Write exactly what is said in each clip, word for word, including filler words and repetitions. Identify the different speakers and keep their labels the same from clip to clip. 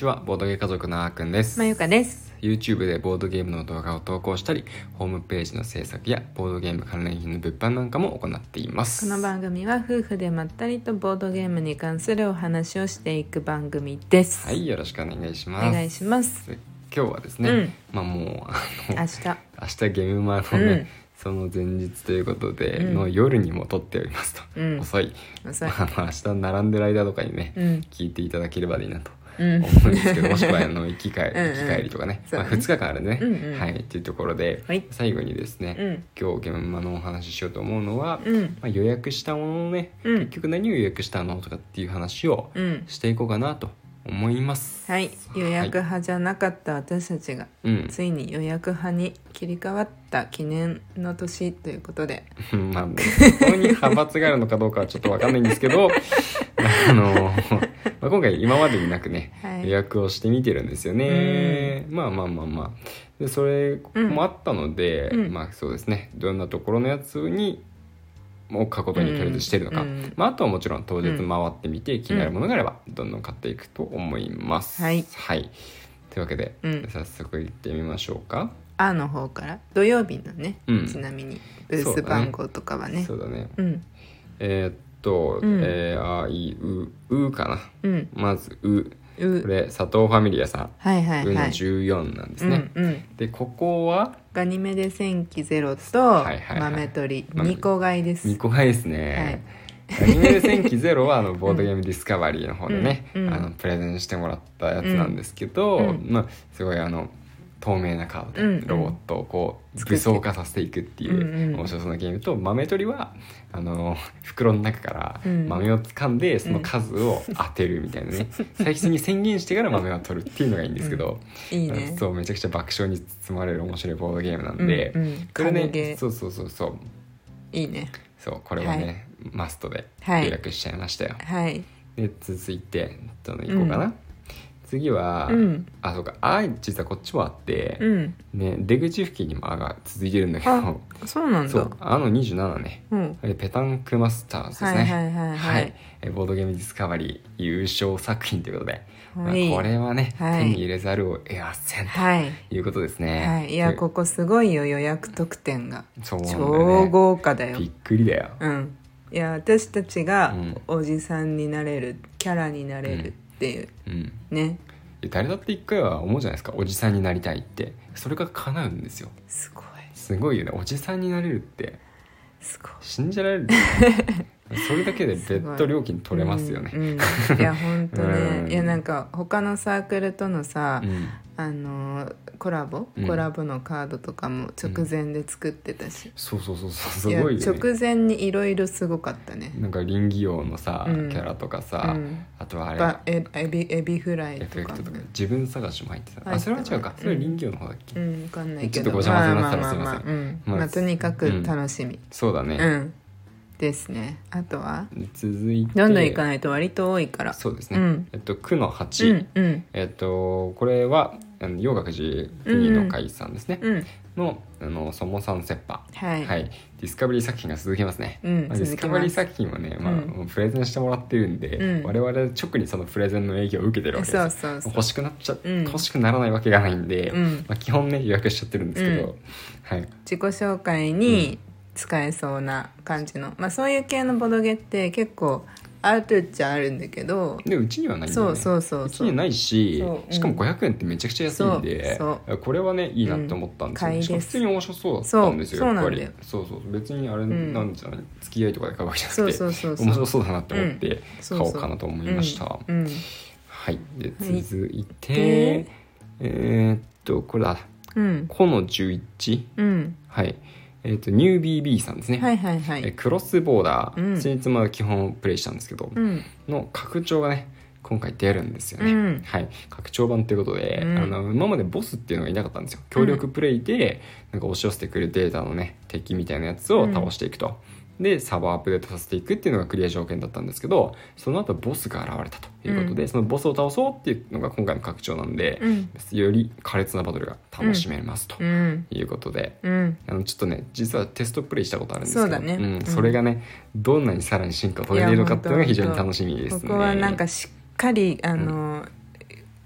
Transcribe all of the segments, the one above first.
Speaker 1: ちは、ボードゲー家族のあーくんです。
Speaker 2: まゆかです。
Speaker 1: YouTube でボードゲームの動画を投稿したり、ホームページの制作やボードゲーム関連品の物販なんかも行っています。
Speaker 2: この番組は夫婦でまったりとボードゲームに関するお話をしていく番組です。
Speaker 1: はい、よろしくお願いします。
Speaker 2: お願いします。
Speaker 1: 今日はですね、うん、まあもうあの
Speaker 2: 明日明
Speaker 1: 日ゲームマのね、うん、その前日ということでの夜にも撮っておりますと、うん、遅い遅い、まあ、明日並んでる間とかにね、うん、聞いていただければいいなと思うんですけど、もしくはあの行き帰り、行き帰りとかね、うんうん、まあ、ふつかかんあるね、うんうん、はいっていうところで、はい、最後にですね、うん、今日ゲームマのお話ししようと思うのは、うんまあ、予約したものをね、うん、結局何を予約したのとかっていう話をしていこうかなと思います。
Speaker 2: はい、予約派じゃなかった私たちが、はい、ついに予約派に切り替わった記念の年ということで
Speaker 1: まあ、そこに派閥があるのかどうかはちょっと分かんないんですけどあの、まあ、今回今までになくね、はい、予約をしてみてるんですよね。まあまあまあまあでそれもあったので、うん、まあそうですね、どんなところのやつにを買うことにとりあえずしてるのか、うんまあ、あとはもちろん当日回ってみて気になるものがあればどんどん買っていくと思います、うん、はい、はい、というわけで、うん、早速行ってみましょうか。
Speaker 2: あの方から土曜日のね、うん、ちなみにブース番号とかはね、
Speaker 1: そうだね、うん、えー、っと、うん、えー、あいううかな、うん、まずうこれ佐藤ファミリアさん、はいはいはい、うのじゅうよんなんですね、うんうん、でここは
Speaker 2: ガニメデ戦記ゼロと豆取りにこ買いです。
Speaker 1: にこ買いですね、はい、ガニメデ戦記ゼロはあのボードゲームディスカバリーの方でね、うんうん、あのプレゼンしてもらったやつなんですけど、うん、まあ、すごいあの透明なカードでロボットをこう武装化させていくっていう面白そうなゲームと、豆取りはあの袋の中から豆を掴んでその数を当てるみたいなね、最初に宣言してから豆を取るっていうのがいいんですけど、
Speaker 2: うん、いいね、
Speaker 1: そうめちゃくちゃ爆笑に包まれる面白いボードゲームなんで、うんうん、これね、そうそうそうそう
Speaker 2: いいね、
Speaker 1: そうこれはね、はい、マストで予約しちゃいましたよ、
Speaker 2: はい、
Speaker 1: で続いてどのいこうかな、うん、次は、うん、あそうかあ実はこっちもあって、うんね、出口付近にも「あ」が続いてるんだけど、
Speaker 2: あそうなんだ、
Speaker 1: そうあのにじゅうななね、うん、ペタンクマスターズですね、はいはいはいはいはい、ボードゲームディスカバリー優勝作品ということで、はい、まあ、これはね、はい、手に入れざるを得ませんということですね、
Speaker 2: はいはい、いやここすごいよ、予約特典がそうなんだよね、超豪華だよ、
Speaker 1: びっくりだよ、
Speaker 2: うん、いや私たちがおじさんになれる、キャラになれるっていう、うんうん、ね、
Speaker 1: 誰だって一回は思うじゃないですか、おじさんになりたいって。それが叶うんですよ。
Speaker 2: すごい
Speaker 1: すごいよね、おじさんになれるって
Speaker 2: すごい
Speaker 1: 信じられるそれだけで別途料金取れますよね、
Speaker 2: うんうん、いや本当ね、いやなんか他のサークルとのさ、うん、あのコラボ、うん、コラボのカードとかも直前で作ってたし、うん、
Speaker 1: そうそうそうそうすごいよね、
Speaker 2: いや直前にいろいろすごかったね、
Speaker 1: なんか林業用のさ、うん、キャラとかさ、うん、あとはあれ
Speaker 2: エビ、エビフライとか、
Speaker 1: エフェクトとか自分探しも入ってた、あそれは違うか、それは林業の方だっけ、
Speaker 2: うん、分かんないけど
Speaker 1: ちょっとご邪魔になったらすいません、
Speaker 2: まあまあまあ、うんまあ、まあ、とにかく楽しみ、うん、
Speaker 1: そうだね、
Speaker 2: うんですね。あとは
Speaker 1: 続いて
Speaker 2: どんどんいかないと割と多いから、
Speaker 1: そうですね、うん、えっとくのはち、うんうん、えっとこれは洋楽寺国の会さんですね、うんうん、のあのソモサンセッパ、はいはい、ディスカバリー作品が続きますね、うんまあ、ディスカバリー作品はね、まあうん、プレゼンしてもらってるんで、うん、我々直にそのプレゼンの営業を受けてるわけです。そうそうそう、欲しくなっちゃ、うん、欲しくならないわけがないんで、うんまあ、基本ね予約しちゃってるんですけど、うんはい、
Speaker 2: 自己紹介に、うん使えそうな感じの、まあ、そういう系のボドゲって結構あるっちゃあるんだけど、
Speaker 1: でうちにはないんだ
Speaker 2: よね。そうそうそうそう、
Speaker 1: うちにはないし、うん、しかもごひゃくえんってめちゃくちゃ安いんで、そうそうこれはねいいなって思ったんですよ、うん、しかも普通に面白そうだったんですよ、やっぱりそうそう別にあれなんじゃない、うん、付き合いとかで買うわけじゃなくて、そうそうそうそう面白そうだなって思って買おうかなと思いました、うんうんうん、はいで続いて、はい、えー、っとこれだ、うん、このじゅういち、うん、はいえー、とニュー ビービー さんですね、はいはいはい、えクロスボーダー、うん、先日まで基本プレイしたんですけど、うん、の拡張がね今回出るんですよね、うん、はい、拡張版ということで、うん、あの今までボスっていうのがいなかったんですよ。協力プレイでなんか押し寄せてくるデータのね敵みたいなやつを倒していくと、うん、でサーバーアップデートさせていくっていうのがクリア条件だったんですけど、その後ボスが現れたということで、うん、そのボスを倒そうっていうのが今回の拡張なんで、うん、より苛烈なバトルが楽しめますということで、うん、あのちょっとね実はテストプレイしたことあるんですけど、 そうだね、うん、それがねどんなにさらに進化を遂げているのかっていうのが非常に楽しみですね。
Speaker 2: ここはなんかしっかりあの、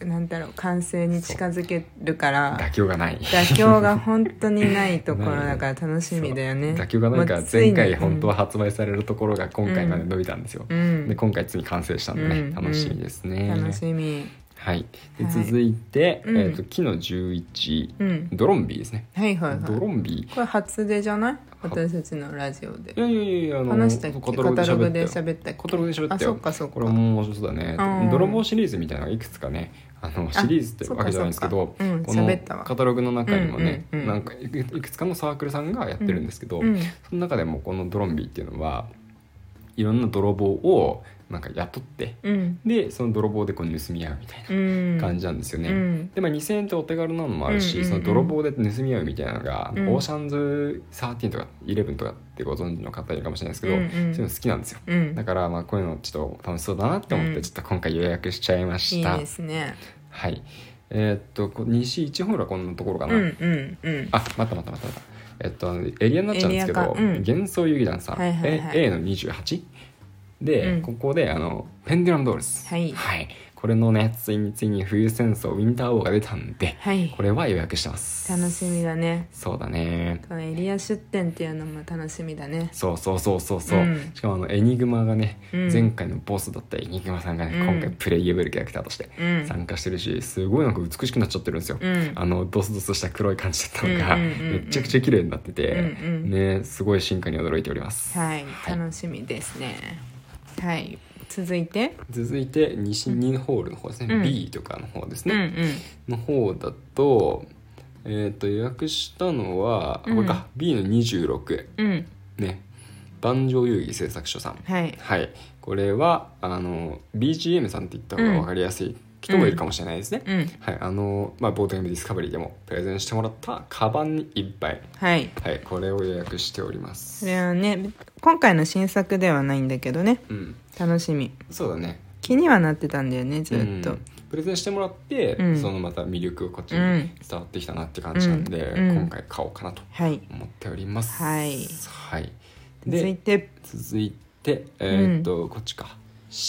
Speaker 2: なんだろう完成に近づけるから
Speaker 1: 妥協がない
Speaker 2: 妥協が本当にないところだから楽しみだよね。
Speaker 1: 妥協がないから前回本当は発売されるところが今回まで伸びたんですよ、うん、で今回ついに完成したんでね、うん、楽しみですね、
Speaker 2: うん、楽しみ。
Speaker 1: はい、で続いて、はい、えーと、木のじゅういち、うん、ドロンビーですね。
Speaker 2: はいはいはい。
Speaker 1: ドロンビー
Speaker 2: これ初出じゃない？私たちのラジオで。
Speaker 1: いやいやいや、あの
Speaker 2: 話したっけ？カタログで喋ったっけ？
Speaker 1: カタログで喋ったよ。
Speaker 2: あ、そっかそっか。
Speaker 1: これも面白そうだね。泥棒シリーズみたいなのがいくつかね、あのシリーズってわけじゃないんですけど、
Speaker 2: うん、
Speaker 1: このカタログの中にもね、うんうんうん、なんかいくつかのサークルさんがやってるんですけど、うん、その中でもこのドロンビーっていうのはいろんな泥棒をなんか雇って、うん、でその泥棒でこう盗み合うみたいな感じなんですよね、うん、で、まあ、にせんえんってお手軽なのもあるし、うんうんうん、その泥棒で盗み合うみたいなのが、うん、オーシャンズじゅうさんとかじゅういちとかってご存知の方いるかもしれないですけど、うんうん、そういうの好きなんですよ、うん、だからまあこういうのちょっと楽しそうだなって思ってちょっと今回予約しちゃいました、
Speaker 2: うん、いいですね。
Speaker 1: はい、えー、っと西いちホールはこんなところかな、
Speaker 2: うんうんうん、
Speaker 1: あ、待った待った待った待ったえっとエリアになっちゃうんですけど、うん、幻想遊戯団さん、はいはいはい、A のにじゅうはちで、うん、ここであのペンデュラムドールズ、はいはい、これのねついについに冬戦争ウィンターウォーが出たんで、はい、これは予約してます。
Speaker 2: 楽しみだね。
Speaker 1: そうだね。
Speaker 2: エリア出店っていうのも楽しみだね。
Speaker 1: そうそうそうそうそう、うん、しかもあのエニグマがね、うん、前回のボスだったエニグマさんがね、うん、今回プレイエブルキャラクターとして参加してるし、すごいなんか美しくなっちゃってるんですよ、うん、あのドスドスした黒い感じだったのが、うんうんうんうん、めちゃくちゃ綺麗になってて、うんうん、ね、すごい進化に驚いております。
Speaker 2: はい、はい、楽しみですね。はい、続いて
Speaker 1: 続いて西にホールの方ですね、うん、B とかの方ですね、うんうん、の方だと、えー、と予約したのは、うん、これか B のにじゅうろく、うん、ね、万丈遊戯製作所さん、はい、はい、これはあの ビージーエム さんって言った方が分かりやすい人もいるかもしれないですね、うんうん、はい、あのまあ、ボードゲームディスカバリーでもプレゼンしてもらったカバンにいっぱい、はい、はい、これを予約しております。
Speaker 2: これはね今回の新作ではないんだけどね、うん、楽しみ。
Speaker 1: そうだね、
Speaker 2: 気にはなってたんだよねずっと、うん、
Speaker 1: プレゼンしてもらって、うん、そのまた魅力がこっちに伝わってきたなって感じなんで、うん、今回買おうかなと思っております、はい、はい、で
Speaker 2: 続いて
Speaker 1: 続いてえー、っと、うん、こっちか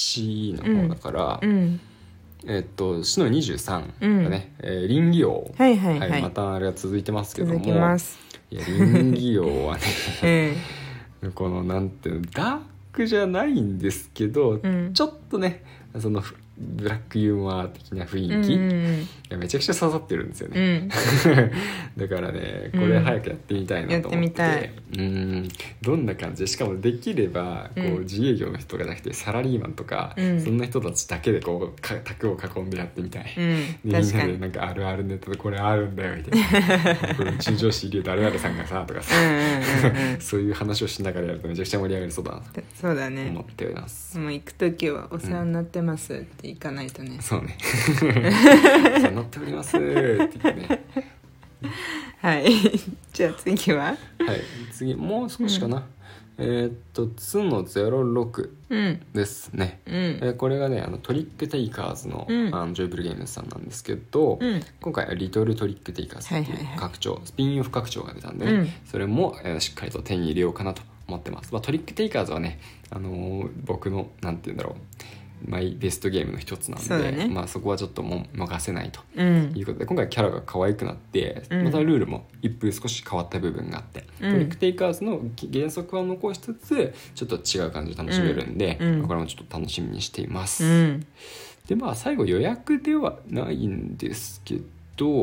Speaker 1: C の方だから、うんうん、えー、っと市のにじゅうさんがね、うん、えー、林業王、はいはいはいはい、またあれが続いてますけども、
Speaker 2: 続きます。
Speaker 1: いや林業はね、うん、このなんていうのダークじゃないんですけど、うん、ちょっとねそのブラックユーモア的な雰囲気、うんうんうん、いやめちゃくちゃ刺さってるんですよね、うん、だからねこれ早くやってみたいなと思って、うん、やってみたい。うん、どんな感じで、しかもできればこう、うん、自営業の人がなくてサラリーマンとか、うん、そんな人たちだけでこう卓を囲んでやってみたい、うん、でみんなでなんかあるあるネタでこれあるんだよみたいなこれ中上司いるよ誰々さんがさとかさそういう話をしながらやるとめちゃくちゃ盛り上がりそうだなと
Speaker 2: そうだね
Speaker 1: 思っております。
Speaker 2: もう行くときはお世話になってますって行かないとね、
Speaker 1: うん、そうねお世話になっておりますって言ってね
Speaker 2: はいじゃあ次は、はい、
Speaker 1: 次もう少しかな、うん、えー、っとつのゼロろくですね、うん、えー、これがねあのトリックテイカーズの、うん、あのジョイブルゲームズさんなんですけど、うん、今回はリトルトリックテイカーズっていう拡張、はいはいはい、スピンオフ拡張が出たんでね、うん、それも、えー、しっかりと手に入れようかなと思ってます、まあ、トリックテイカーズはね、あのー、僕のなんて言うんだろうマイベストゲームの一つなんで、ね、まあ、そこはちょっとも逃せないということで、うん、今回キャラが可愛くなって、うん、またルールも一風少し変わった部分があって、うん、トリックテイカーズの原則は残しつつちょっと違う感じで楽しめるんで、うん、これもちょっと楽しみにしています、うん、でまあ最後予約ではないんですけど、うん、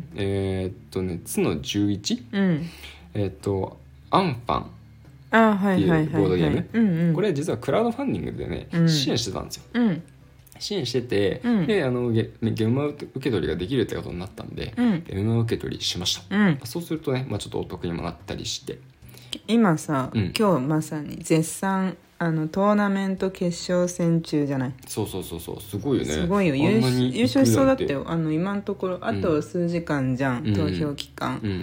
Speaker 1: えー、っとねつのじゅういち、うん、えー、っとアンファンっていうボードゲーム、これ実はクラウドファンディングでね、うん、支援してたんですよ、うん、支援してて、うん、であのゲーム受け取りができるってことになったんで、うん、ゲーム受け取りしました、うん、そうするとね、まあ、ちょっとお得にもなったりして
Speaker 2: 今さ、うん、今日まさに絶賛あのトーナメント決勝戦中じゃない。
Speaker 1: そうそうそうそうすごいよね。
Speaker 2: すごいよ。優勝しそうだったよ。あの今のところあと数時間じゃん、うん、投票期間、うんうん、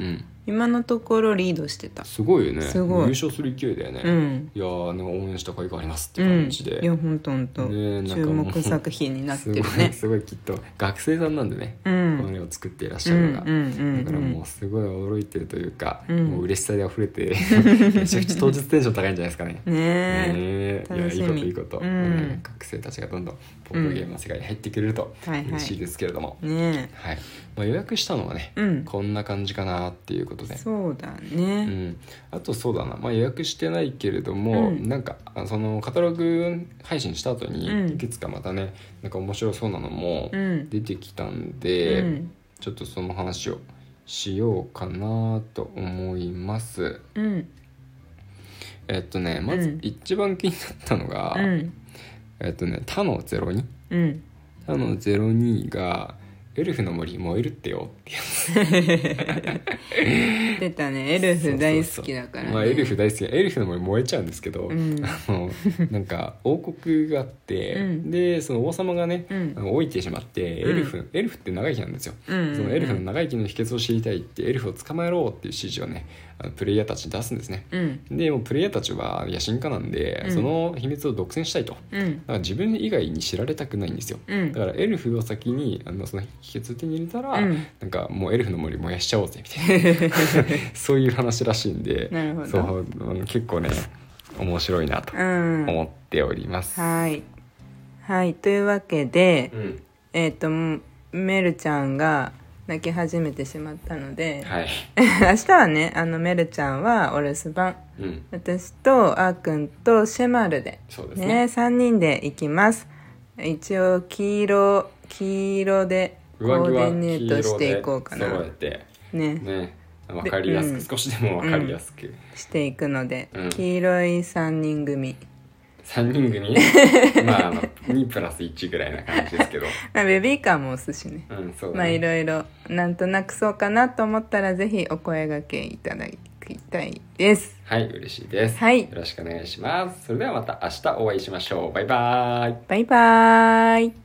Speaker 2: 今のところリードしてた。
Speaker 1: すごいよね。
Speaker 2: すごい
Speaker 1: 優勝する勢いだよね、
Speaker 2: うん、
Speaker 1: いやーなんか応援した甲斐がありますって感じで、
Speaker 2: うん、いやほんとほんと、ね、注目作品になってるね。
Speaker 1: すごいすごいきっと学生さんなんでね、うん、この絵を作っていらっしゃるのが、うんうんうんうん、だからもうすごい驚いてるというか、うん、もう嬉しさで溢れてめちゃくちゃ当日テンション高いんじゃないですかね。
Speaker 2: ね
Speaker 1: えいやいいこといいこと、
Speaker 2: うん
Speaker 1: ね、学生たちがどんどんボードゲームの世界に入ってくれると嬉しいですけれども、
Speaker 2: はいはいね
Speaker 1: はいまあ、予約したのはね、うん、こんな感じかなっていうことで。
Speaker 2: そうだね、
Speaker 1: うん、あとそうだな、まあ、予約してないけれども、うん、なんかそのカタログ配信した後にいくつかまたね、なんか面白そうなのも出てきたんで、うん、ちょっとその話をしようかなと思います、うん、えっとねまず一番気になったのが、うん、えっとね他のゼロに、うん、他のゼロにがエルフの森燃えるってよってや
Speaker 2: つ出たね。エルフ大好きだからね。
Speaker 1: そうそうそう、まあ、エルフ大好き。エルフの森燃えちゃうんですけど、うん、あのなんか王国があって、うん、でその王様がね、うん、老いてしまってエルフ、うん、エルフって長生きなんですよ、うんうんうん、そのエルフの長生きの秘訣を知りたいってエルフを捕まえろっていう指示をねあのプレイヤーたちに出すんですね、うん、でもうプレイヤーたちは野心家なんで、うん、その秘密を独占したいと、うん、だから自分以外に知られたくないんですよ、うん、だからエルフを先にあのその秘訣を手に入れたら、うん、なんかもうエルフの森燃やしちゃおうぜみたいなそういう話らしいんで、
Speaker 2: なるほど、
Speaker 1: そう結構ね面白いなと思っております、
Speaker 2: うん、はいはいというわけで、うん、えっとメルちゃんが泣き始めてしまったので、はい、明日はねあのメルちゃんはお留守番、うん、私とあーくんとシェマルで、
Speaker 1: そうですね、
Speaker 2: さんにんで行きます。一応黄色黄色でコーディネートしていこうかな。
Speaker 1: 揃えてねね分かりやすく、うん、少しでも分かりやすく、うん、
Speaker 2: していくので、うん、黄色いさんにん組
Speaker 1: さんにん組まああのにプラスいちぐらいな感じですけど
Speaker 2: まあベビーカーも押すしね、うん、そうだね、まあいろいろなんとなくそうかなと思ったらぜひお声掛けいただきたいです。
Speaker 1: はい、嬉しいです、はい、よろしくお願いします。それではまた明日お会いしましょう。バイバーイ。
Speaker 2: バイバーイ。